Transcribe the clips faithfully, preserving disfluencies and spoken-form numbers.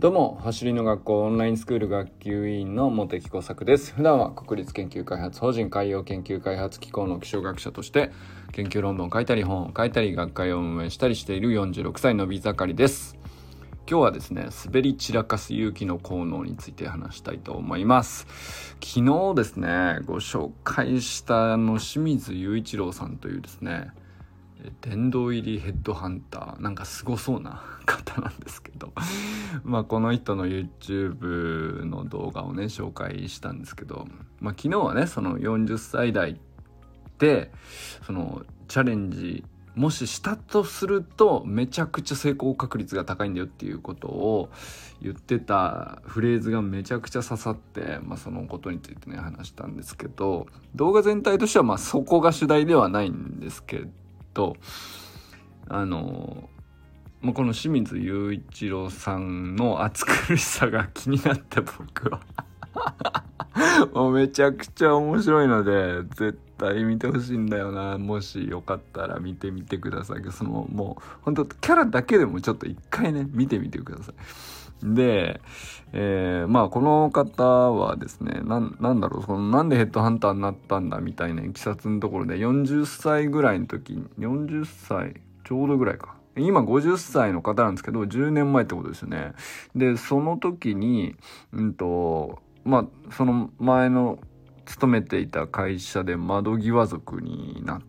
どうも、走りの学校オンラインスクール学級委員の茂木耕作です。普段は国立研究開発法人海洋研究開発機構の気象学者として研究論文を書いたり本を書いたり学会を運営したりしているよんじゅうろくさいのび盛りです。今日はですね、滑り散らかす勇気の効能について話したいと思います。昨日ですね、ご紹介したあの清水雄一郎さんというですね、殿堂入りヘッドハンター、なんかすごそうな方なんですけどまあこの人の YouTube の動画をね紹介したんですけど、まあ昨日はねそのよんじゅっさい代でそのチャレンジもししたとするとめちゃくちゃ成功確率が高いんだよっていうことを言ってたフレーズがめちゃくちゃ刺さって、まあ、そのことについてね話したんですけど、動画全体としてはまあそこが主題ではないんですけどとあのもうこの清水雄一郎さんの暑苦しさが気になって僕はもうめちゃくちゃ面白いので絶対見てほしいんだよな。もしよかったら見てみてください。そのもう本当キャラだけでもちょっと一回ね見てみてください。で、えー、まあこの方はですね、な ん, なんだろうそのなんでヘッドハンターになったんだみたいないきさつのところでよんじゅっさいぐらいの時よんじゅっさいちょうどぐらいか、今ごじゅっさいの方なんですけどじゅうねんまえってことですよね。でその時にうんとまあその前の勤めていた会社で窓際族になって、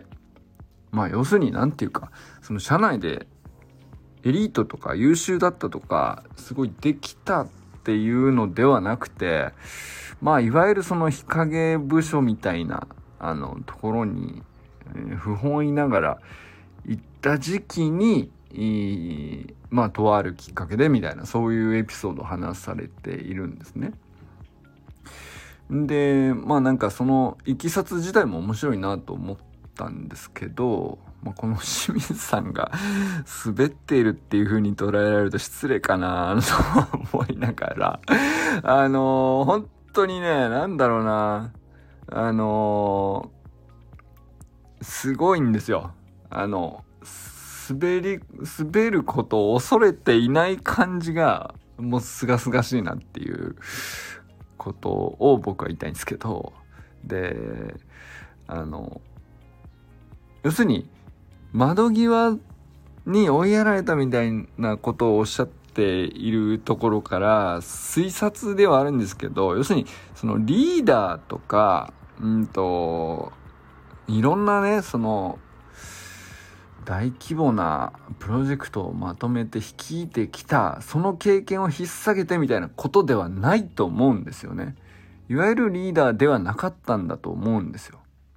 まあ要するになんていうかその社内でエリートとか優秀だったとかすごいできたっていうのではなくて、まあいわゆるその日陰部署みたいなあのところに、えー、不本意ながら行った時期にまあとあるきっかけでみたいなそういうエピソードを話されているんですね。でまあなんかそのいきさつ自体も面白いなと思ったんですけど、まあ、この清水さんが滑っているっていう風に捉えられると失礼かなと思いながらあのー、本当にねなんだろうなあのー、すごいんですよ。あの滑り滑ることを恐れていない感じがもうすがすがしいなっていうことを僕は言いたいんですけど、であの要するに窓際に追いやられたみたいなことをおっしゃっているところから推察ではあるんですけど、要するにそのリーダーとかうんといろんなねその大規模なプロジェクトをまとめて率いてきたその経験を引っ提げてみたいなことではないと思うんですよね。いわゆるリーダーではなかったんだと思うんですよ。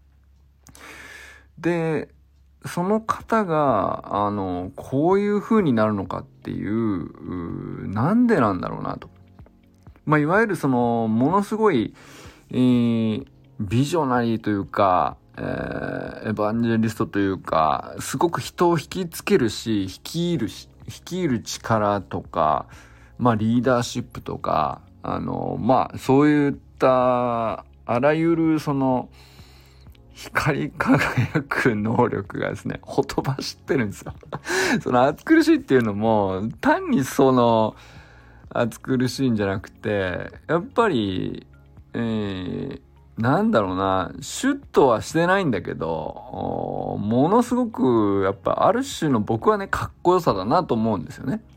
でその方があのこういう風になるのかっていう、うなんでなんだろうなと、まあ、いわゆるそのものすごい、えー、ビジョナリーというか、えー、エヴァンジェリストというかすごく人を引きつけるし率いるし率いる力とか、まあ、リーダーシップとかあのまあそういったあらゆるその光り輝く能力がですねほとばしってるんですよその暑苦しいっていうのも単にその暑苦しいんじゃなくてやっぱり、えー、なんだろうなシュッとはしてないんだけどものすごくやっぱある種の僕はねかっこよさだなと思うんですよね。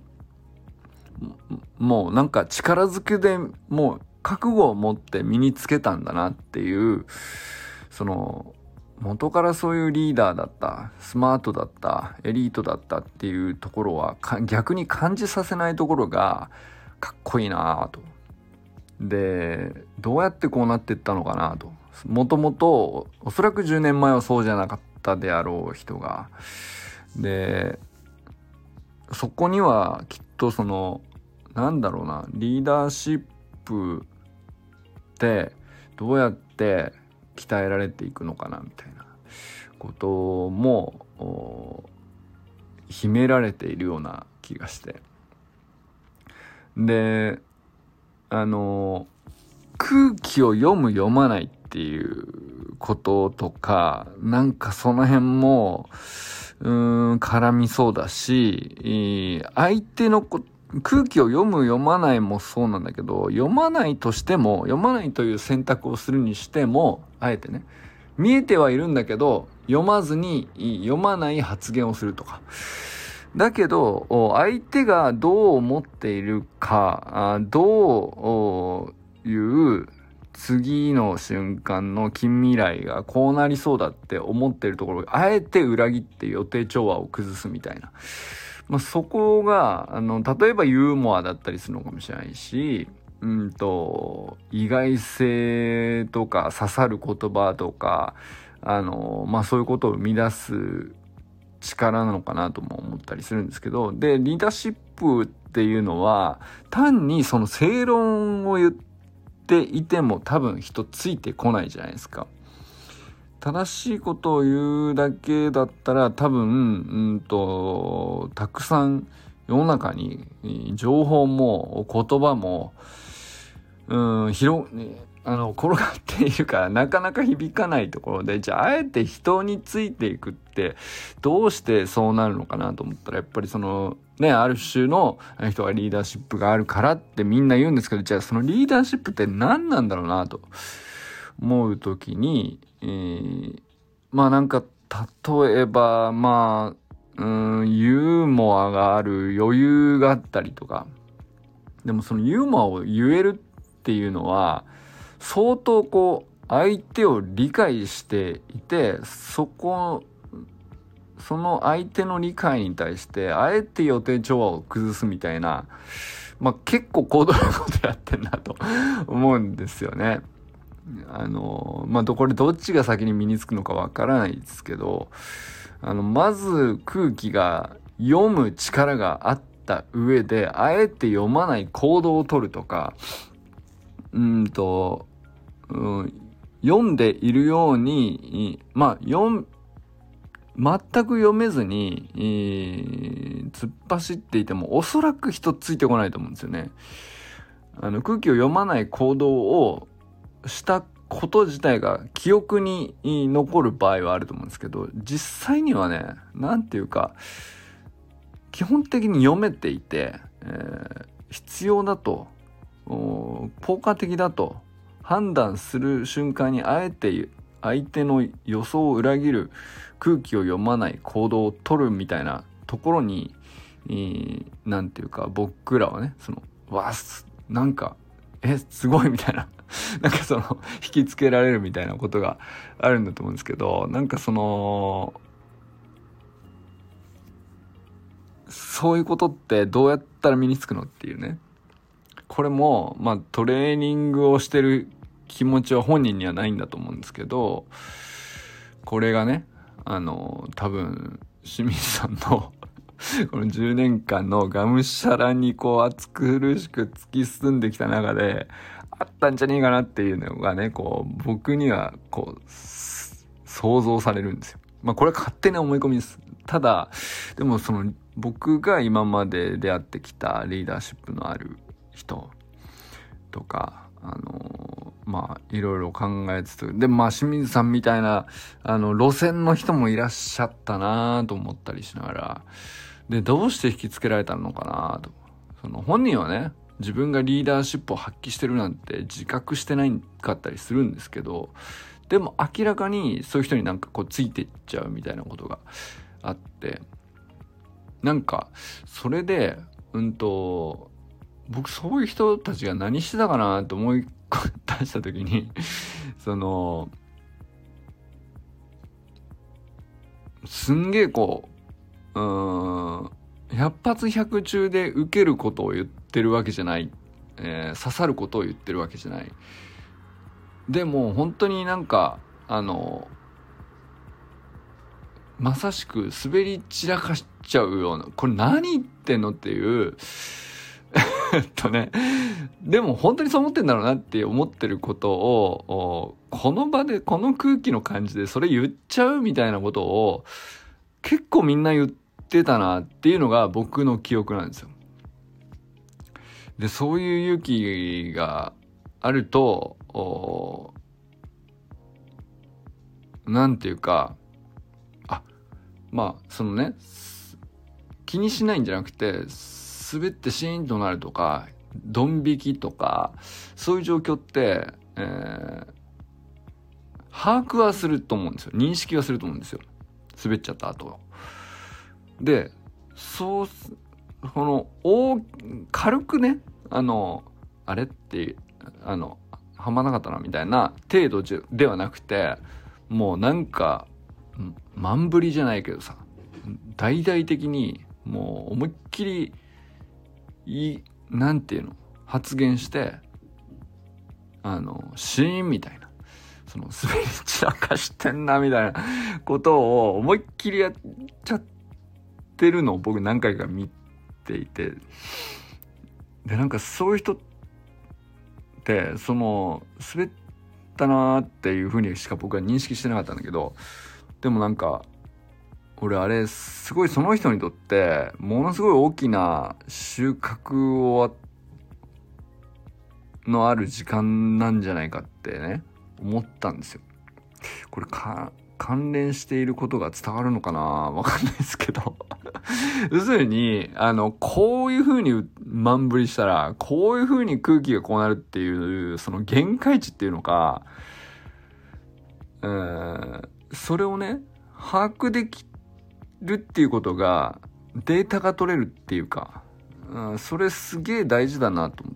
もうなんか力ずくでもう覚悟を持って身につけたんだなっていうその元からそういうリーダーだったスマートだったエリートだったっていうところは逆に感じさせないところがかっこいいなと。でどうやってこうなっていったのかなと。もともとおそらくじゅうねんまえはそうじゃなかったであろう人がでそこにはきっとそのなんだろうなリーダーシップってどうやって鍛えられていくのかなみたいなことも秘められているような気がして、であの空気を読む読まないっていうこととかなんかその辺もうーん絡みそうだし、相手のこ空気を読む読まないもそうなんだけど、読まないとしても、読まないという選択をするにしても、あえてね、見えてはいるんだけど読まずに読まない発言をするとか。だけど相手がどう思っているか、どういう次の瞬間の近未来がこうなりそうだって思っているところをあえて裏切って予定調和を崩すみたいな、まあ、そこがあの例えばユーモアだったりするのかもしれないし、うんと意外性とか刺さる言葉とか、あのまあそういうことを生み出す力なのかなとも思ったりするんですけど、でリーダーシップっていうのは単にその正論を言っていても多分人ついてこないじゃないですか。正しいことを言うだけだったら多分うんとたくさん世の中に情報も言葉もうん広あの転がっているからなかなか響かないところで、じゃああえて人についていくってどうしてそうなるのかなと思ったら、やっぱりそのねある種の人がリーダーシップがあるからってみんな言うんですけど、じゃあそのリーダーシップって何なんだろうなと思うときに、えー、まあなんか例えばまあうんユーモアがある余裕があったりとか、でもそのユーモアを言えるっていうのは相当こう相手を理解していて、そこその相手の理解に対してあえて予定調和を崩すみたいな、まあ結構高度なことやってんなと思うんですよね。あのまあこれどっちが先に身につくのかわからないですけど、あのまず空気が読む力があった上であえて読まない行動を取るとか、うんと、うん、読んでいるように、まあ読全く読めずに、えー、突っ走っていてもおそらく人ついてこないと思うんですよね。あの空気を読まない行動をしたこと自体が記憶に残る場合はあると思うんですけど、実際にはね、なんていうか基本的に読めていて、えー、必要だと効果的だと判断する瞬間にあえて相手の予想を裏切る空気を読まない行動を取るみたいなところに、えー、なんていうか僕らはね、そのわすなんかえすごいみたいななんかその引きつけられるみたいなことがあるんだと思うんですけど、なんかそのそういうことってどうやったら身につくのっていうね。これもまあトレーニングをしてる気持ちは本人にはないんだと思うんですけど、これがねあの多分清水さんのこのじゅうねんかんのがむしゃらにこう暑苦しく突き進んできた中であったんじゃねえかなっていうのがね、こう僕にはこう想像されるんですよ。まあこれは勝手な思い込みです。ただでもその僕が今まで出会ってきたリーダーシップのある人とか、あのー、まあいろいろ考えつつ、でまあ清水さんみたいなあの路線の人もいらっしゃったなと思ったりしながら、でどうして引きつけられたのかなと。その本人はね自分がリーダーシップを発揮してるなんて自覚してないかったりするんですけど、でも明らかにそういう人になんかこうついていっちゃうみたいなことがあって、なんかそれでうんと僕そういう人たちが何してたかなと思い出した時にそのすんげえこううーん百発百中で受けることを言ってるわけじゃない、えー、刺さることを言ってるわけじゃない。でも本当になんかあのまさしく滑り散らかしちゃうような、これ何言ってんのっていうえっとね、でも本当にそう思ってんだろうなって思ってることをこの場でこの空気の感じでそれ言っちゃうみたいなことを結構みんな言ってたなっていうのが僕の記憶なんですよ。でそういう勇気があるとなんていうかまあそのね気にしないんじゃなくて滑ってシーンとなるとかドン引きとかそういう状況って、えー、把握はすると思うんですよ。認識はすると思うんですよ。滑っちゃった後で、そうこの大軽くねあのあれってあのはまなかったなみたいな程度ではなくて、もうなんか満振りじゃないけどさ、大々的にもう思いっきりいいなんていうの発言して、あのシーンみたいな、その滑り散らかしてんなみたいなことを思いっきりやっちゃってるのを僕何回か見ていて、でなんかそういう人ってその滑ったなーっていう風にしか僕は認識してなかったんだけど、でもなんか俺あれすごいその人にとってものすごい大きな収穫をのある時間なんじゃないかってね思ったんですよ。これか関連していることが伝わるのかな、わかんないですけど要するにあのこういう風に満振りしたらこういう風に空気がこうなるっていうその限界値っていうのか、えー、それをね把握できるっていうことがデータが取れるっていうか、うん、それすげえ大事だなと思った。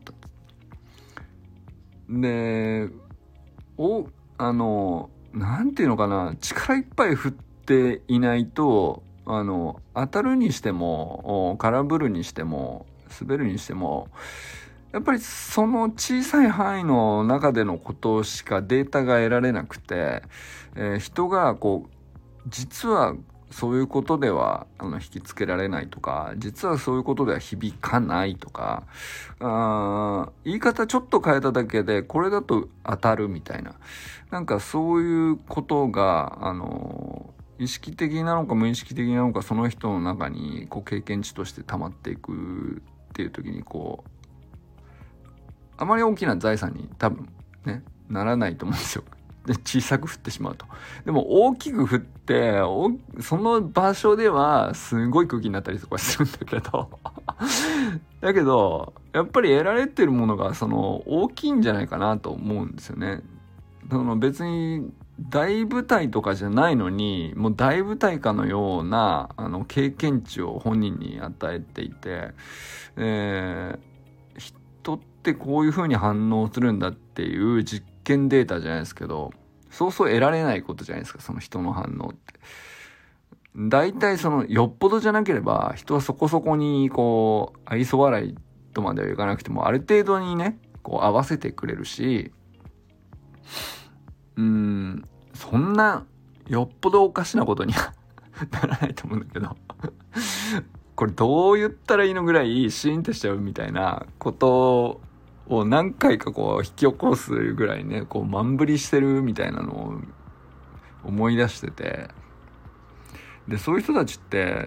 でおあのなんていうのかな、力いっぱい振っていないとあの当たるにしても空振るにしても滑るにしてもやっぱりその小さい範囲の中でのことしかデータが得られなくて、えー、人がこう実はそういうことではあの引きつけられないとか、実はそういうことでは響かないとか、あ言い方ちょっと変えただけでこれだと当たるみたいな、なんかそういうことがあの意識的なのか無意識的なのか、その人の中にこう経験値として溜まっていくっていう時にこうあまり大きな財産に多分ねならないと思うんですよ。で小さく振ってしまうと。でも大きく振ってその場所ではすごい空気になったりとかするんだけどだけどやっぱり得られてるものがその大きいんじゃないかなと思うんですよね。その別に大舞台とかじゃないのにもう大舞台かのようなあの経験値を本人に与えていて、えー、人ってこういう風に反応するんだっていう実験データじゃないですけど、そうそう得られないことじゃないですか、その人の反応って。大体そのよっぽどじゃなければ人はそこそこにこう愛想笑いとまではいかなくてもある程度にねこう合わせてくれるし、うーんそんなよっぽどおかしなことにはならないと思うんだけどこれどう言ったらいいのぐらいシーンってしちゃうみたいなことを何回かこう引き起こすぐらいねこう満振りしてるみたいなのを思い出してて、でそういう人たちって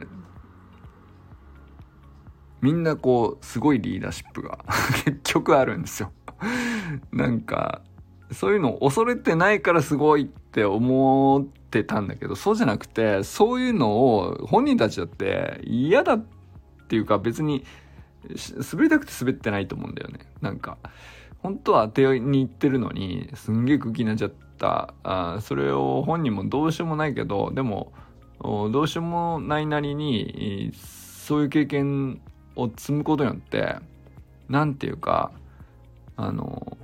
みんなこうすごいリーダーシップが結局あるんですよなんかそういうの恐れてないからすごいって思ってたんだけど、そうじゃなくてそういうのを本人たちだって嫌だっていうか別に滑りたくて滑ってないと思うんだよね。なんか本当は当てに行ってるのにすんげえ空気になっちゃった、あそれを本人もどうしようもないけどでもどうしようもないなりにそういう経験を積むことによってなんていうかあの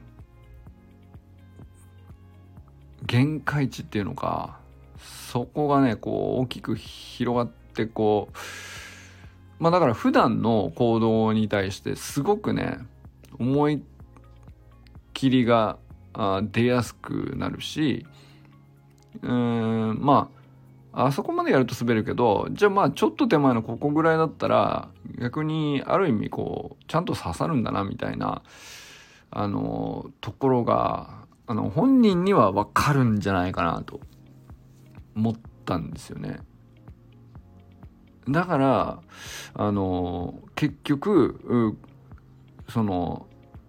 限界値っていうのか、そこがねこう大きく広がってこうまあだから普段の行動に対してすごくね思い切りが出やすくなるし、うーんまああそこまでやると滑るけど、じゃあまあちょっと手前のここぐらいだったら逆にある意味こうちゃんと刺さるんだなみたいなあのところがあの本人には分かるんじゃないかなと思ったんですよね。だからあの結局その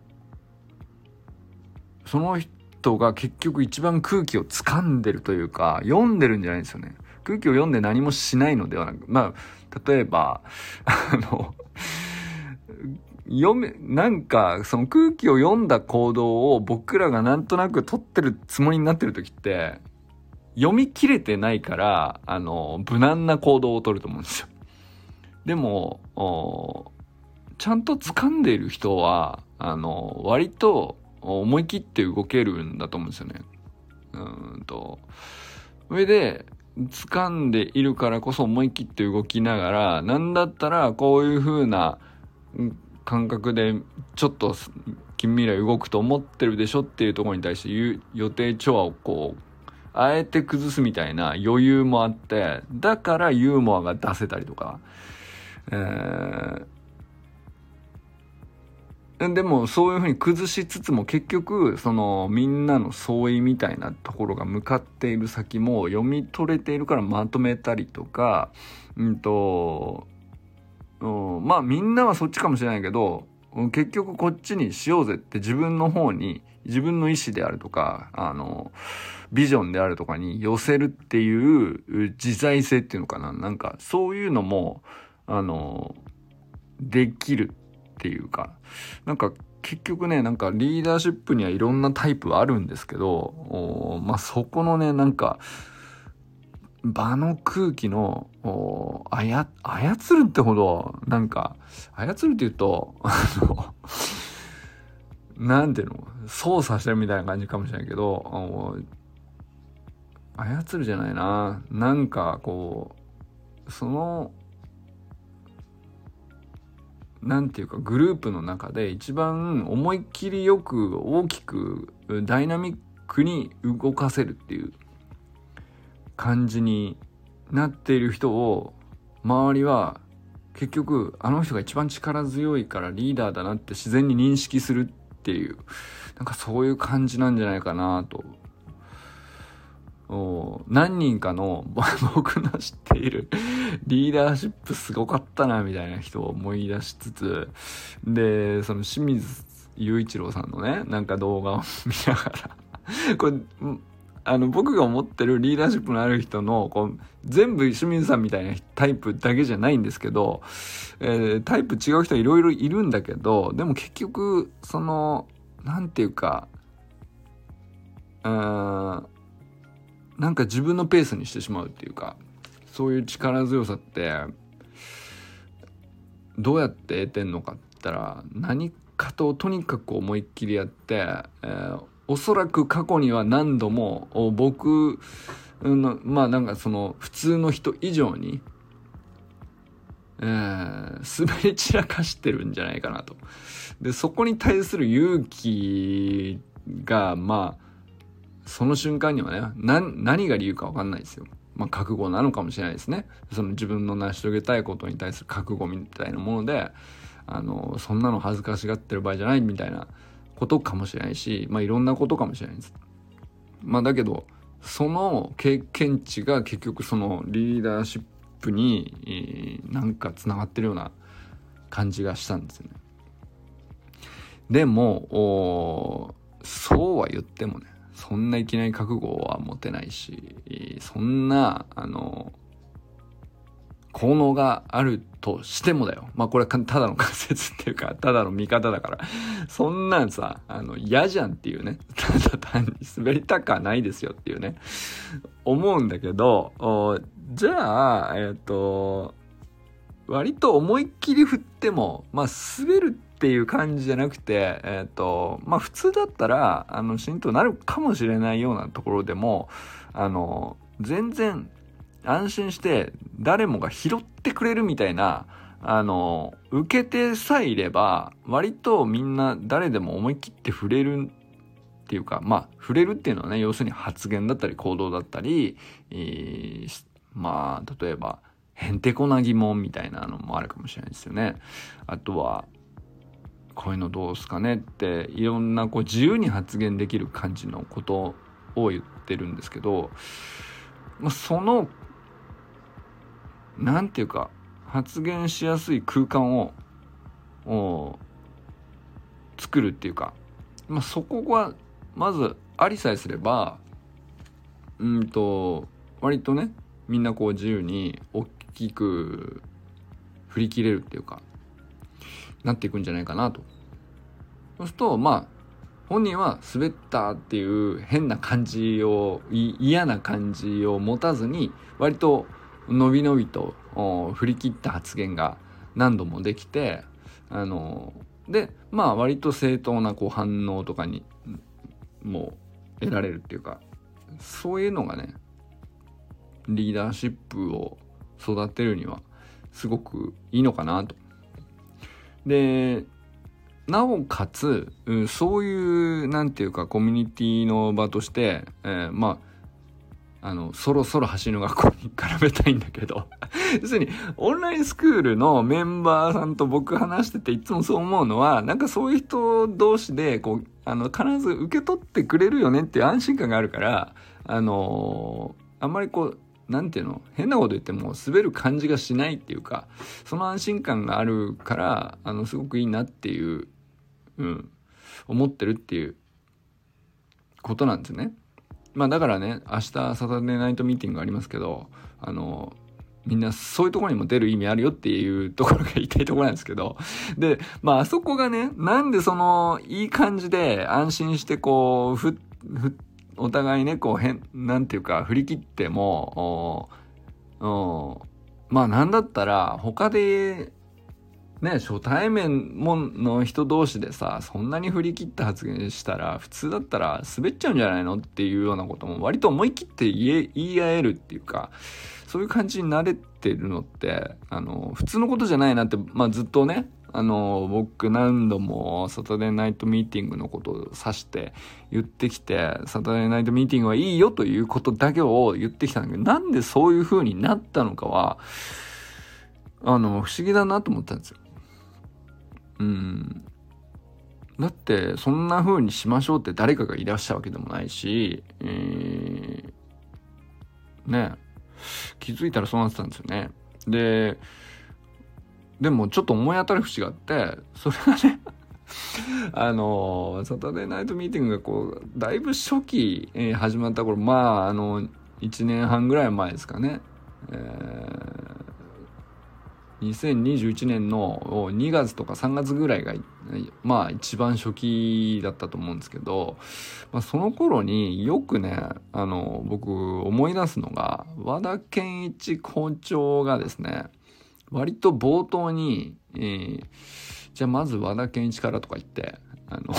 その人が結局一番空気を掴んでるというか読んでるんじゃないんですよね。空気を読んで何もしないのではなく、まあ例えばあの読め、なんか、その空気を読んだ行動を僕らがなんとなく取ってるつもりになってる時って、読み切れてないから、あの、無難な行動を取ると思うんですよ。でも、ちゃんと掴んでいる人は、あの、割と思い切って動けるんだと思うんですよね。うーんと、上で、掴んでいるからこそ思い切って動きながら、なんだったらこういう風な感覚でちょっと近未来動くと思ってるでしょっていうところに対して予定調和をこうあえて崩すみたいな余裕もあって、だからユーモアが出せたりとか、えーでもそういう風に崩しつつも結局そのみんなの相違みたいなところが向かっている先も読み取れているからまとめたりとか、うんと、うん、まあみんなはそっちかもしれないけど結局こっちにしようぜって自分の方に自分の意思であるとかあのビジョンであるとかに寄せるっていう自在性っていうのかな、なんかそういうのもあのできるっていうか、なんか結局ね、なんかリーダーシップにはいろんなタイプあるんですけど、まあそこのね、なんか場の空気のあや操るってほどなんか操るって言うとあのなんていうの操作してるみたいな感じかもしれないけど、操るじゃないな、なんかこうそのなんていうかグループの中で一番思いっきりよく大きくダイナミックに動かせるっていう感じになっている人を周りは結局あの人が一番力強いからリーダーだなって自然に認識するっていう、なんかそういう感じなんじゃないかなと。何人かの僕の知っているリーダーシップすごかったなみたいな人を思い出しつつ、でその清水雄一郎さんのねなんか動画を見ながらこれあの僕が思ってるリーダーシップのある人のこう全部清水さんみたいなタイプだけじゃないんですけど、えー、タイプ違う人いろいろいるんだけど、でも結局そのなんていうかうーんなんか自分のペースにしてしまうっていうか、そういう力強さってどうやって得てんのかって言ったら、何かととにかく思いっきりやって、えー、おそらく過去には何度も僕のまあなんかその普通の人以上に、えー、滑り散らかしてるんじゃないかなと。でそこに対する勇気がまあその瞬間にはね、な何が理由か分かんないですよ。まあ覚悟なのかもしれないですね。その自分の成し遂げたいことに対する覚悟みたいなもので、あのそんなの恥ずかしがってる場合じゃないみたいなことかもしれないし、まあいろんなことかもしれないです。まあだけどその経験値が結局そのリーダーシップに、えー、なんかつながってるような感じがしたんですよね。でもそうは言ってもね、そんないきなり覚悟は持てないし、そんなあの効能があるとしてもだよ、まあこれはただの仮説っていうかただの見方だから、そんなんさあの嫌じゃんっていうね、ただ単に滑りたくはないですよっていうね思うんだけど、じゃあえっと割と思いっきり振ってもまあ滑るっていう感じじゃなくて、えっとまあ普通だったらあの浸透なるかもしれないようなところでもあの全然安心して誰もが拾ってくれるみたいなあの受けてさえいれば割とみんな誰でも思い切って触れるっていうか、まあ触れるっていうのはね要するに発言だったり行動だったり、えー、まあ例えばへんてこな疑問みたいなのもあるかもしれないですよね。あとはこういうのどうすかねっていろんなこう自由に発言できる感じのことを言ってるんですけど、まあ、そのなんていうか発言しやすい空間を作るっていうか、まあ、そこがまずありさえすればうんと割とねみんなこう自由に大きく振り切れるっていうか、 なっていくんじゃないかなと。そうするとまあ本人は滑ったっていう変な感じを嫌な感じを持たずに割とのびのびと振り切った発言が何度もできて、あのでまあ割と正当なこう反応とかにもう得られるっていうか、そういうのがねリーダーシップを育てるにはすごくいいのかなと。でなおかつそういうなんていうかコミュニティの場として、えー、まああのそろそろ走る学校に絡めたいんだけど要するにオンラインスクールのメンバーさんと僕話してていつもそう思うのは、なんかそういう人同士でこうあの必ず受け取ってくれるよねっていう安心感があるから、あのー、あんまりこうなんていうの変なこと言っても滑る感じがしないっていうか、その安心感があるからあのすごくいいなっていう、うん、思ってるっていうことなんですね。まあだからね明日サタデーナイトミーティングがありますけど、あのみんなそういうところにも出る意味あるよっていうところが言いたいところなんですけど、でまああそこがねなんでそのいい感じで安心してこうふふお互いねこう変なんていうか振り切ってもおおまあなんだったら他でね初対面もの人同士でさそんなに振り切った発言したら普通だったら滑っちゃうんじゃないのっていうようなことも割と思い切って言え言い合えるっていうか、そういう感じに慣れてるのってあの普通のことじゃないなって、まあ、ずっとねあの僕何度もサタデーナイトミーティングのことを指して言ってきて、サタデーナイトミーティングはいいよということだけを言ってきたんだけど、なんでそういう風になったのかはあの不思議だなと思ったんですよ。うんだってそんな風にしましょうって誰かがいらっしゃるわけでもないし、えー、ね気づいたらそうなってたんですよね。ででもちょっと思い当たる節があって、それはねあのサタデーナイトミーティングがこうだいぶ初期、えー、始まった頃、まああのいちねんはんぐらい前ですかね、えー、にせんにじゅういちねんのにがつとかさんがつぐらいがまあ一番初期だったと思うんですけど、まあ、その頃によくねあの僕思い出すのが和田健一校長がですね割と冒頭に、えー、じゃあまず和田健一からとか言ってあの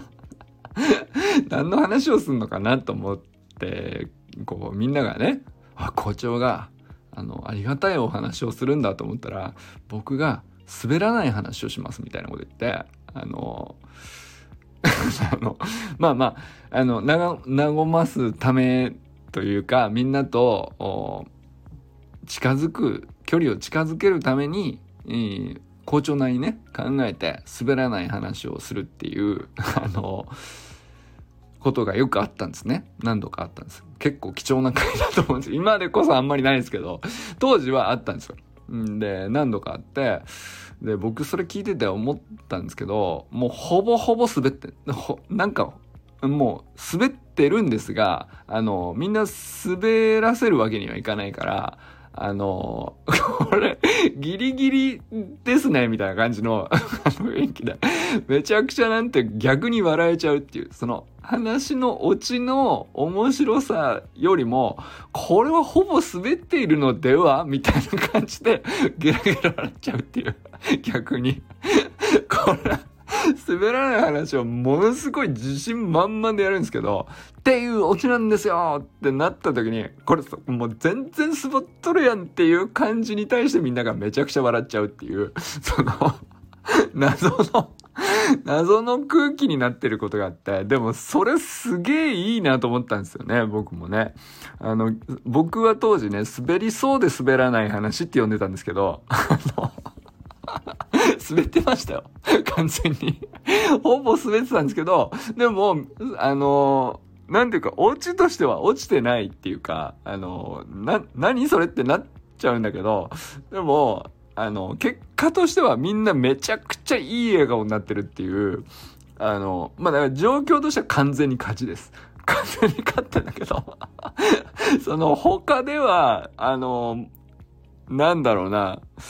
何の話をするのかなと思ってこうみんながねあ校長があのありがたいお話をするんだと思ったら僕が滑らない話をしますみたいなこと言ってあのあのまあまああのな和ますためというかみんなと近づく距離を近づけるために、えー、校長なりにね考えて滑らない話をするっていうあのことがよくあったんですね。何度かあったんです。結構貴重な回だと思うんです。今でこそあんまりないですけど当時はあったんですよ。で何度かあってで僕それ聞いてて思ったんですけど、もうほぼほぼ滑ってなんかもう滑ってるんですがあのみんな滑らせるわけにはいかないからあのこれギリギリですねみたいな感じの雰囲気でめちゃくちゃなんて逆に笑えちゃうっていう、その話のオチの面白さよりもこれはほぼ滑っているのではみたいな感じでゲラゲラ笑っちゃうっていう逆にこれ滑らない話をものすごい自信満々でやるんですけどっていうオチなんですよってなった時にこれもう全然滑っとるやんっていう感じに対してみんながめちゃくちゃ笑っちゃうっていうその謎の謎の空気になってることがあって、でもそれすげえいいなと思ったんですよね。僕もねあの僕は当時ね滑りそうで滑らない話って呼んでたんですけどあの滑ってましたよ完全にほぼ滑ってたんですけど、でもあのなんていうかオチとしては落ちてないっていうかあのな何それってなっちゃうんだけど、でもあの結果としてはみんなめちゃくちゃいい笑顔になってるっていうあのまあだから状況としては完全に勝ちです。完全に勝ったんだけどその他ではあのなんだろうな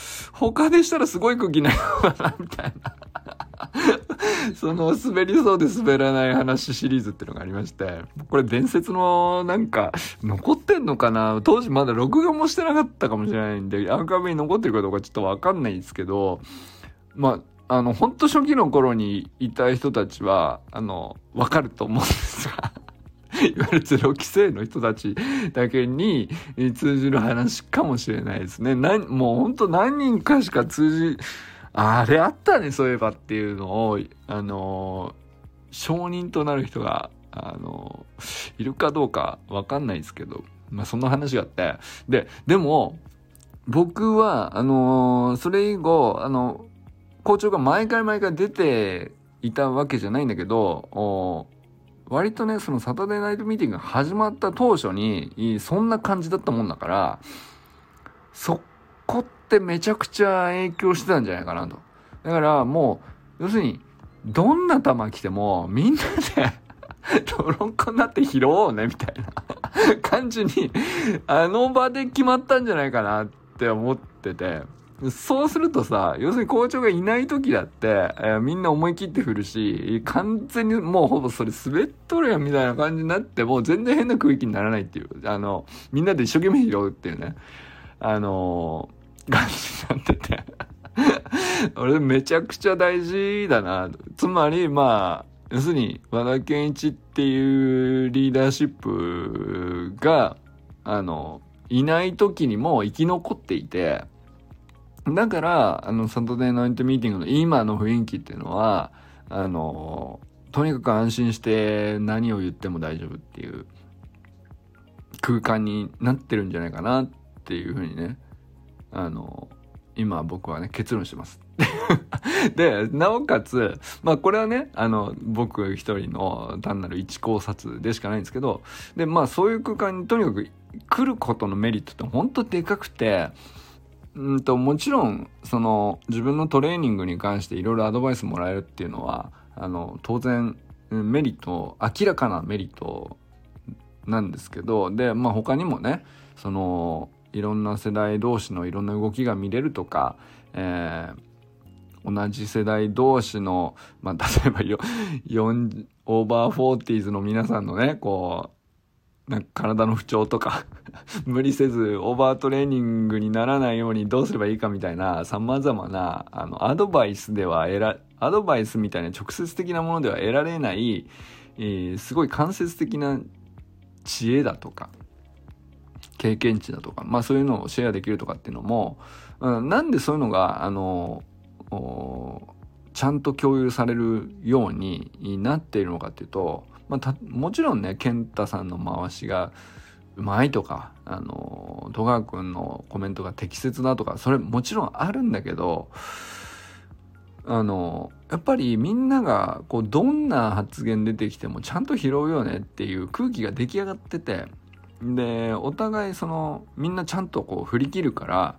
他でしたらすごい空気になるのかなみたいなその滑りそうで滑らない話シリーズっていうのがありまして、これ伝説のなんか残ってんのかな、当時まだ録画もしてなかったかもしれないんでアーカイブに残ってるかどうかちょっとわかんないですけど、まああのほんと初期の頃にいた人たちはあのわかると思うんですがいわゆるゼロ規制の人たちだけに通じる話かもしれないですね。なもうほんと何人かしか通じあれあったねそういえばっていうのをあの証人となる人があのいるかどうかわかんないですけど、まあそんな話があって、ででも僕はあのそれ以後あの校長が毎回毎回出ていたわけじゃないんだけど、割とねそのサタデーナイトミーティングが始まった当初にそんな感じだったもんだから、そこってめちゃくちゃ影響してたんじゃないかなと。だからもう要するにどんな球来てもみんなで泥んこになって拾おうねみたいな感じにあの場で決まったんじゃないかなって思ってて、そうするとさ、要するに校長がいない時だって、えー、みんな思い切って振るし、完全にもうほぼそれ滑っとるやんみたいな感じになってもう全然変な空気にならないっていう、あのみんなで一生懸命拾うっていうね、あのー、感じになってて俺めちゃくちゃ大事だな。つまりまあ要するに和田健一っていうリーダーシップがあのいない時にも生き残っていて、だからあのサタデーナイトミーティングの今の雰囲気っていうのはあのとにかく安心して何を言っても大丈夫っていう空間になってるんじゃないかなっていうふうにね、あの今僕はね結論してますでなおかつまあこれはねあの僕一人の単なる一考察でしかないんですけど、でまあそういう空間にとにかく来ることのメリットって本当でかくて、うんともちろんその自分のトレーニングに関していろいろアドバイスもらえるっていうのはあの当然メリット明らかなメリットなんですけど、でまあ他にもねそのいろんな世代同士のいろんな動きが見れるとか、えー、同じ世代同士の、まあ、例えばよんオーバーフォーティーズの皆さんのねこうなんか体の不調とか無理せずオーバートレーニングにならないようにどうすればいいかみたいなさまざまなあのアドバイスでは得らアドバイスみたいな直接的なものでは得られない、えー、すごい間接的な知恵だとか経験値だとか、まあそういうのをシェアできるとかっていうのも、うん、なんでそういうのがあのちゃんと共有されるようになっているのかっていうと、まあ、たもちろんね健太さんの回しがうまいとかあの戸川君のコメントが適切だとかそれもちろんあるんだけど、あのやっぱりみんながこうどんな発言出てきてもちゃんと拾うよねっていう空気が出来上がってて、でお互いそのみんなちゃんとこう振り切るから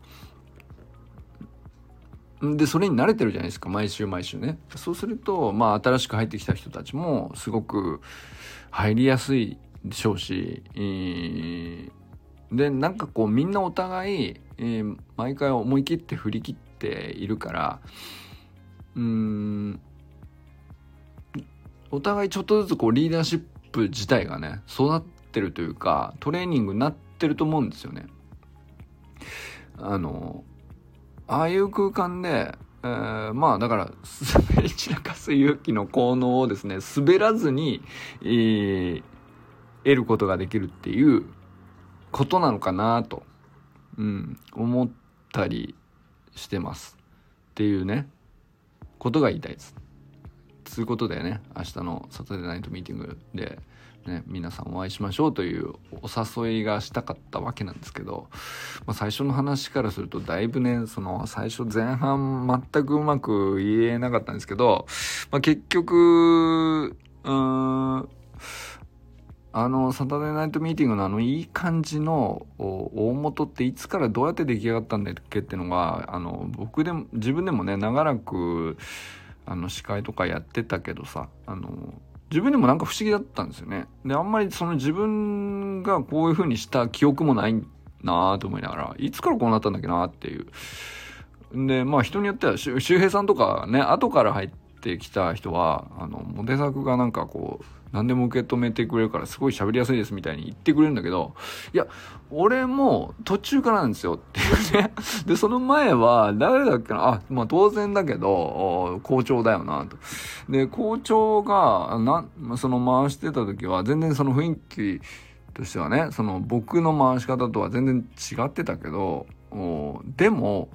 でそれに慣れてるじゃないですか毎週毎週ね。そうするとまあ新しく入ってきた人たちもすごく入りやすいでしょうし、えー、でなんかこうみんなお互い、えー、毎回思い切って振り切っているからうーんお互いちょっとずつこうリーダーシップ自体がね育ってるというかトレーニングになってると思うんですよね。あのああいう空間で、えー、まあだから滑り散らかす勇気の効能をですね滑らずに、えー、得ることができるっていうことなのかなと、うん、思ったりしてますっていうねことが言いたいです。ということでね明日のサタデーナイトミーティングで、ね、皆さんお会いしましょうというお誘いがしたかったわけなんですけど、まあ、最初の話からするとだいぶねその最初前半全くうまく言えなかったんですけど、まあ、結局うーんあのサタデーナイトミーティングのあのいい感じの大元っていつからどうやって出来上がったんだっけっていうのがあの僕でも自分でもね長らくあの司会とかやってたけどさあの自分でもなんか不思議だったんですよね。であんまりその自分がこういう風にした記憶もないなと思いながらいつからこうなったんだっけなっていうでまあ人によっては周平さんとかね後から入ってきた人はあのモテ作がなんかこう何でも受け止めてくれるからすごい喋りやすいですみたいに言ってくれるんだけど、いや俺も途中からなんですよっていうね。でその前は誰だっけな、あまあ当然だけど校長だよなと。で校長がなその回してた時は全然その雰囲気としてはね、その僕の回し方とは全然違ってたけど、でも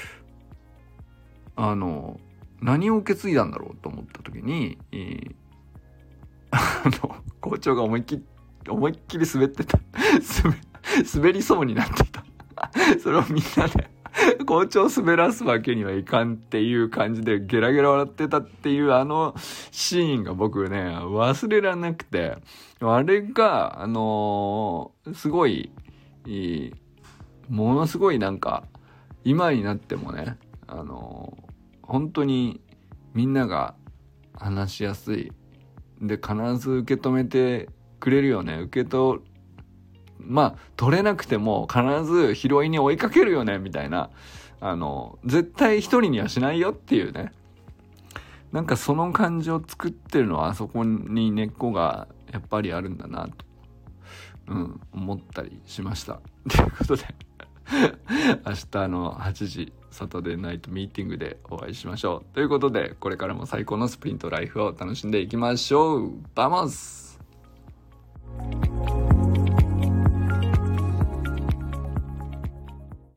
あの何を受け継いだんだろうと思った時に、あの校長が思いっきり思いっきり滑ってた滑りそうになってたそれをみんなで校長滑らすわけにはいかんっていう感じでゲラゲラ笑ってたっていうあのシーンが僕ね忘れられなくて、あれがあのー、すごいものすごいなんか今になってもね、あのー、本当にみんなが話しやすいで必ず受け止めてくれるよね、受け取まあ取れなくても必ず拾いに追いかけるよねみたいな、あの絶対一人にはしないよっていうね、なんかその感じを作ってるのはあそこに根っこがやっぱりあるんだなと、うん、思ったりしました。ということで明日のはちじサタデーナイトミーティングでお会いしましょう。ということでこれからも最高のスプリントライフを楽しんでいきましょう。バモス。